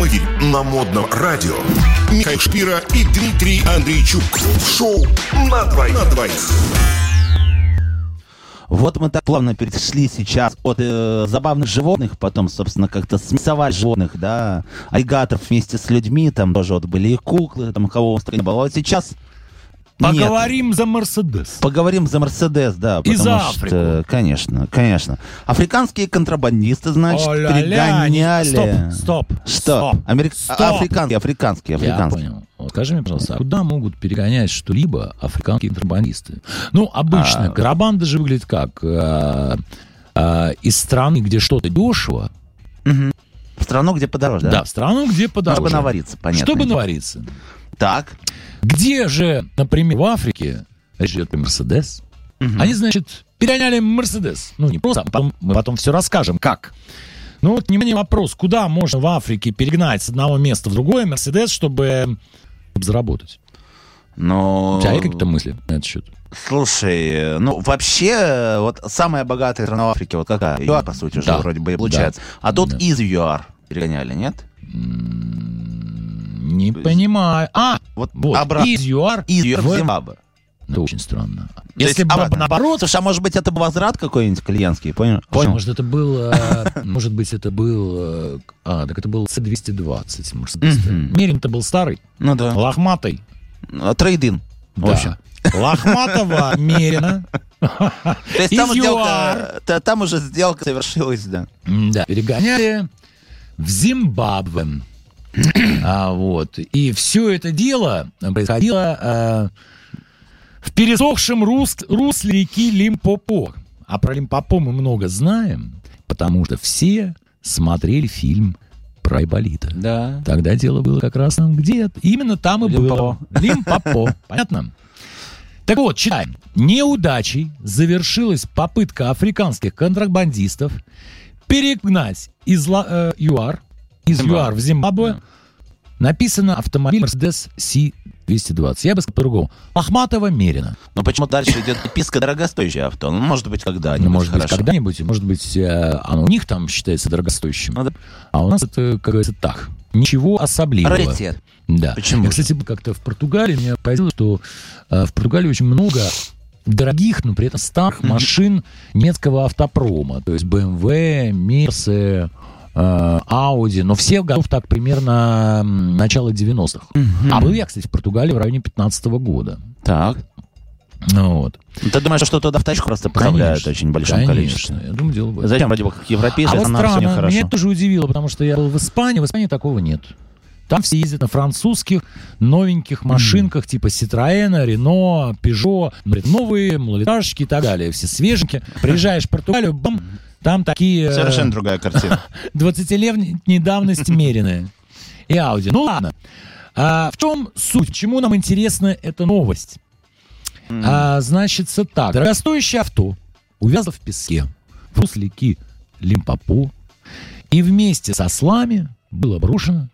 в эфире на Модном радио Михаил Шпира и Дмитрий Андрейчук в шоу «На двоих». Вот мы так плавно перешли сейчас от забавных животных, потом, собственно, как-то смесовали животных, да, аллигаторов вместе с людьми, там тоже вот были и куклы, там кого в стране было. Вот сейчас поговорим за Мерседес. Поговорим за Мерседес, да. И за Африку. Что, конечно. Африканские контрабандисты, значит, перегоняли... Стоп. Что? Африканские. Я понял. Вот скажи мне, пожалуйста, а куда могут перегонять что-либо африканские контрабандисты? Ну, обычно контрабанда же выглядит как? Из страны, где что-то дешево. В страну, где подороже, да? Да, в страну, где подороже. Чтобы навариться, понятно. Чтобы навариться. Так. Где же, например, в Африке речь идет про Мерседес? Они, значит, перегоняли Мерседес. Ну, не просто, мы потом все расскажем, как. Ну, вот, внимание, вопрос. Куда можно в Африке перегнать с одного места в другое Мерседес, чтобы заработать? Но... У тебя есть какие-то мысли на этот счет? Слушай, ну, вообще, вот самая богатая страна в Африке, вот какая? ЮАР, по сути, уже вроде бы получается. Да. А тут из ЮАР перегоняли, нет? Не понимаю. Вот обратно. Из ЮАР в Зимбабве. Это очень странно. Если бы наоборот... Слушай, а может быть, это был возврат какой-нибудь клиентский, понял? Может, это был... Так это был C220 Мерседес. Мерин-то был старый. Ну да. Лохматый. Трейд-ин. В общем. Лохматого Мерина. То есть там уже сделка совершилась, да. Да. Перегоняли в Зимбабве. Вот. И все это дело происходило в пересохшем русле реки Лимпопо. А про Лимпопо мы много знаем, потому что все смотрели фильм про Айболита. Да. Тогда дело было как раз там, где именно там и было. Лимпопо. Понятно? Так вот, читаем. Неудачей завершилась попытка африканских контрабандистов перегнать из ЮАР в Зимбабве. Написано автомобиль Mercedes C220. Я бы сказал по-другому. Лохматого Мерина. Но почему дальше идет приписка дорогостоящее авто? Ну, может быть, когда-нибудь. Может быть, когда-нибудь. Может быть, оно у них там считается дорогостоящим. Ну, да. А у нас это, как говорится, так. Ничего особливого. Раритет. Да. Почему? Я, кстати, как-то в Португалии меня поразило, что в Португалии очень много дорогих, но при этом старых машин немецкого автопрома. То есть BMW, Mercedes, Audi, но все годов так примерно начало 90-х. А был я, кстати, в Португалии в районе 15-го года. Так. Вот. Ты думаешь, что туда в тачку просто поставляют очень большое количество? Я думаю, дело будет. Зачем, вроде бы, как европейцы, вот странно, меня это тоже удивило, потому что я был в Испании такого нет. Там все ездят на французских новеньких машинках типа Citroёn, Renault, Peugeot, новые малолитражки и так далее. Все свеженькие. Приезжаешь в Португалию, бам, там такие... Совершенно другая картина. 20-летней давности Мерины и Audi. Ну ладно. В чем суть? Почему нам интересна эта новость? Значит, так. Дорогостоящее авто увязло в песке в русле реки Лимпопо и вместе со ослами было брошено.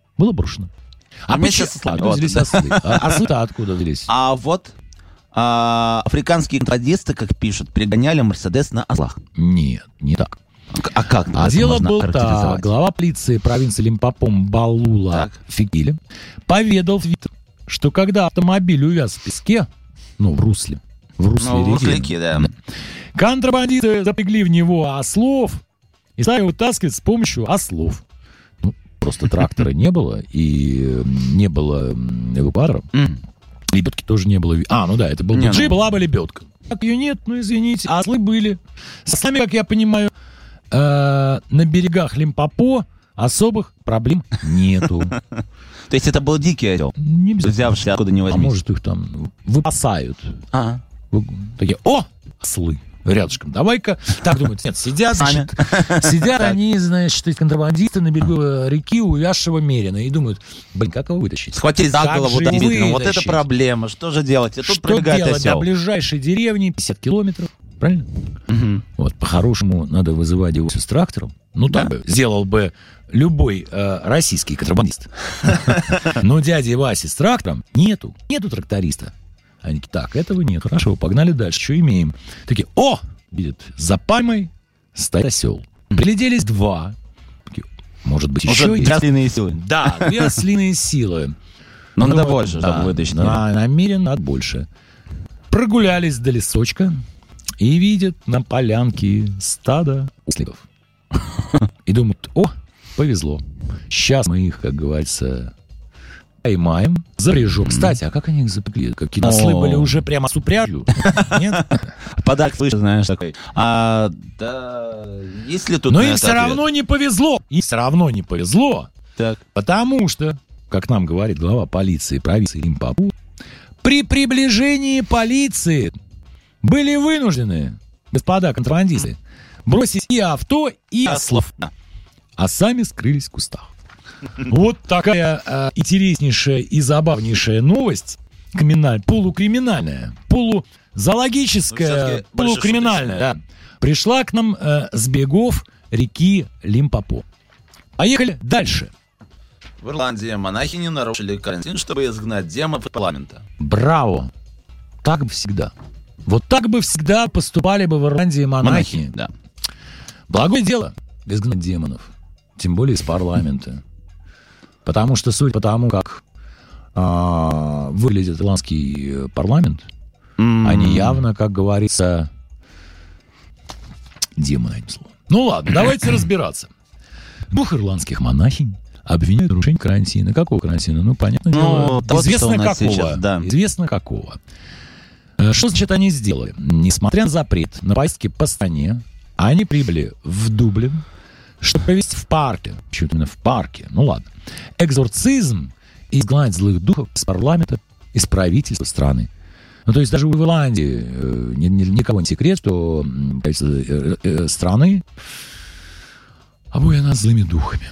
А вместе со ослами. Откуда взялись ослы? Ослы-то откуда взялись? А вот африканские контрабандисты, как пишут, перегоняли Мерседес на ослах. Нет, не так. А как? Дело было так. Глава полиции провинции Лимпопо Балула Фикиле поведал, что когда автомобиль увяз в песке, в русле реки, да. Контрабандисты запрягли в него ослов и стали вытаскивать с помощью ослов. Просто трактора не было, и не было эвакуатора. Лебедки тоже не было. Это был джип, была бы лебедка. Так ее нет, извините. А ослы были. С ослами, как я понимаю, на берегах Лимпопо особых проблем нету. То есть это был дикий орел? Не обязательно. Взявший откуда не возьмись. А может, их там выпасают. Такие, ослы. Рядышком. Давай-ка. Так думают, нет, сидят они, эти контрабандисты на берегу реки увязшего Мерина и думают, как его вытащить? Схватили за голову, вот это проблема, что же делать? И тут что делать? До ближайшей деревни 50 километров, правильно? Вот, по-хорошему, надо вызывать его с трактором. Так сделал бы любой российский контрабандист. Но дяди Васи с трактором нету тракториста. Они такие, так, этого нет, хорошо, погнали дальше, что имеем? Такие, видят, за пальмой стоит осел. Пригляделись два. Такие, может быть, Уже еще есть. две ослиные силы. Да, 2 ослиные силы. Но надо Вот, больше, чтобы вытащить. намерен надо больше. Прогулялись до лесочка и видят на полянке стадо осликов. И думают, повезло. Сейчас мы их, как говорится, поймаем, запряжем. Кстати, а как они их запрягли? Какие ослы были уже прямо с упряжью? Нет? Подарок слышишь, знаешь, такой. Да, есть ли тут Но на им это все ответ? равно не повезло. Им все равно не повезло. Так. Потому что, как нам говорит глава полиции провинции Лимпопо, при приближении полиции были вынуждены, господа контрабандисты, бросить и авто, и ослов, а сами скрылись в кустах. Вот такая интереснейшая и забавнейшая новость, полукриминальная, полузоологическая, полукриминальная, да, пришла к нам с берегов реки Лимпопо. Поехали дальше. В Ирландии монахи не нарушили карантин, чтобы изгнать демонов из парламента. Браво! Так бы всегда. Вот так бы всегда поступали бы в Ирландии монахи. Да. Благое дело изгнать демонов. Тем более из парламента. Потому что, судя по тому, как выглядит ирландский парламент, они явно, как говорится, демоны, одним словом. Ну ладно, давайте разбираться. 2 ирландских монахинь обвиняют в нарушении карантина. Какого карантина? Ну, понятно дело. вот Известно что у нас какого. сейчас, да. Известно какого. Что, значит, они сделали? Несмотря на запрет на поездки по стране, они прибыли в Дублин, чтобы провести в парке. Почему именно в парке? Ну ладно. Экзорцизм и изгнать злых духов из парламента, из правительства страны. Ну, то есть даже в Ирландии никого не секрет, что страны обуяна злыми духами.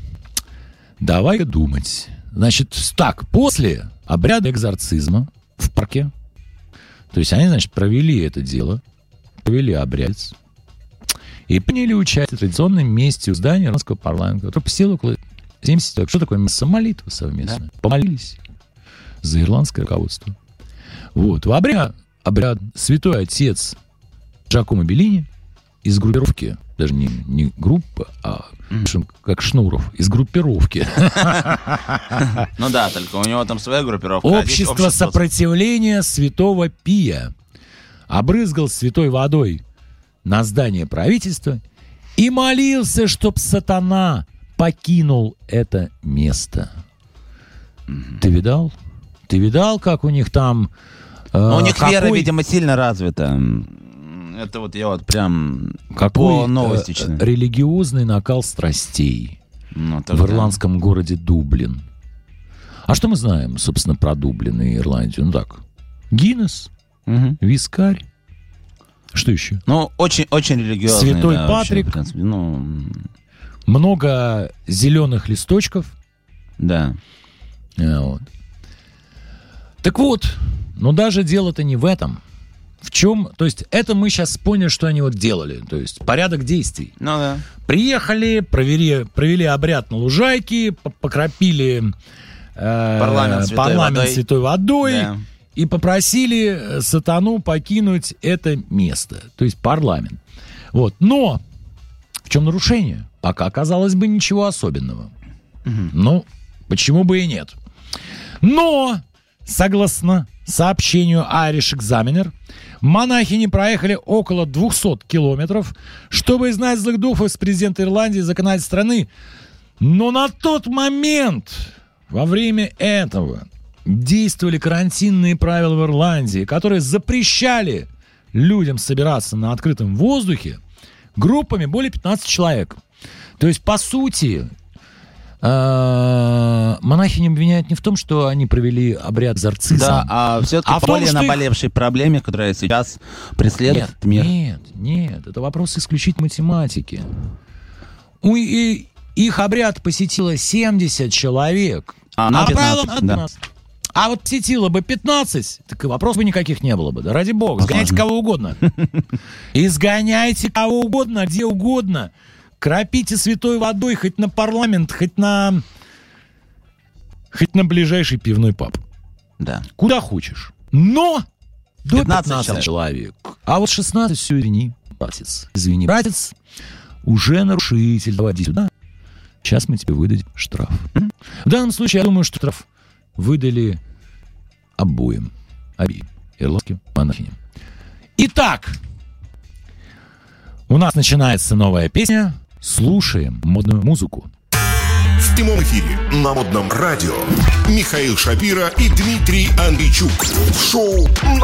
Давай думать. Значит, так, после обряда экзорцизма в парке, то есть они, значит, провели это дело, провели обряд и приняли участие в традиционном месте у здания ирландского парламента, который посетило около 70 человек. Что такое место? Молитва совместная. Да. Помолились за ирландское руководство. Вот. Во время обряда святой отец Джакомо Беллини из группировки, даже не группа, а как Шнуров, из группировки. Ну да, только у него там своя группировка. Общество сопротивления Святого Пия обрызгал святой водой на здание правительства и молился, чтоб сатана покинул это место. Ты видал? Ты видал, как у них там... у них вера, видимо, сильно развита. Это вот я вот прям какой по новости читаю. Религиозный накал страстей в тогда... ирландском городе Дублин. А что мы знаем, собственно, про Дублин и Ирландию? Ну так, Гиннес, вискарь. Что еще? Ну, очень религиозный. Святой да, Патрик. Вообще, в принципе, много зеленых листочков. Да. Вот. Так вот, но даже дело-то не в этом. В чем? То есть это мы сейчас поняли, что они вот делали. То есть порядок действий. Ну да. Приехали, провели обряд на лужайке, покропили парламент святой водой да. И попросили сатану покинуть это место. То есть парламент. Вот. Но в чем нарушение? Пока, казалось бы, ничего особенного. Ну, почему бы и нет? Но, согласно сообщению Irish Examiner, монахини проехали около 200 километров, чтобы изгнать злых духов из президента Ирландии и законодателя страны. Но на тот момент, во время этого, действовали карантинные правила в Ирландии, которые запрещали людям собираться на открытом воздухе группами более 15 человек. То есть, по сути... монахини обвиняют не в том, что они провели обряд экзорцизма. Да, а все-таки по более наболевшей проблеме, которая сейчас преследует мир. Нет, это вопрос исключительно математики. Их обряд посетило 70 человек. А 15, да. А вот посетило бы 15, так и вопросов бы никаких не было бы. Да ради бога, изгоняйте кого угодно. Изгоняйте кого угодно, где угодно. Кропите святой водой хоть на парламент, хоть на ближайший пивной паб. Да. Куда хочешь. Но до 15 человек. А вот 16 все, извини, братец. Извини, братец, уже нарушитель. Давай, иди сюда. сейчас мы тебе выдадим штраф. В данном случае, я думаю, что штраф выдали обоим ирландским монахиням. Итак, у нас начинается новая песня. Слушаем модную музыку. В прямом эфире на Модном радио Михаил Шапира и Дмитрий Андрейчук. Шоу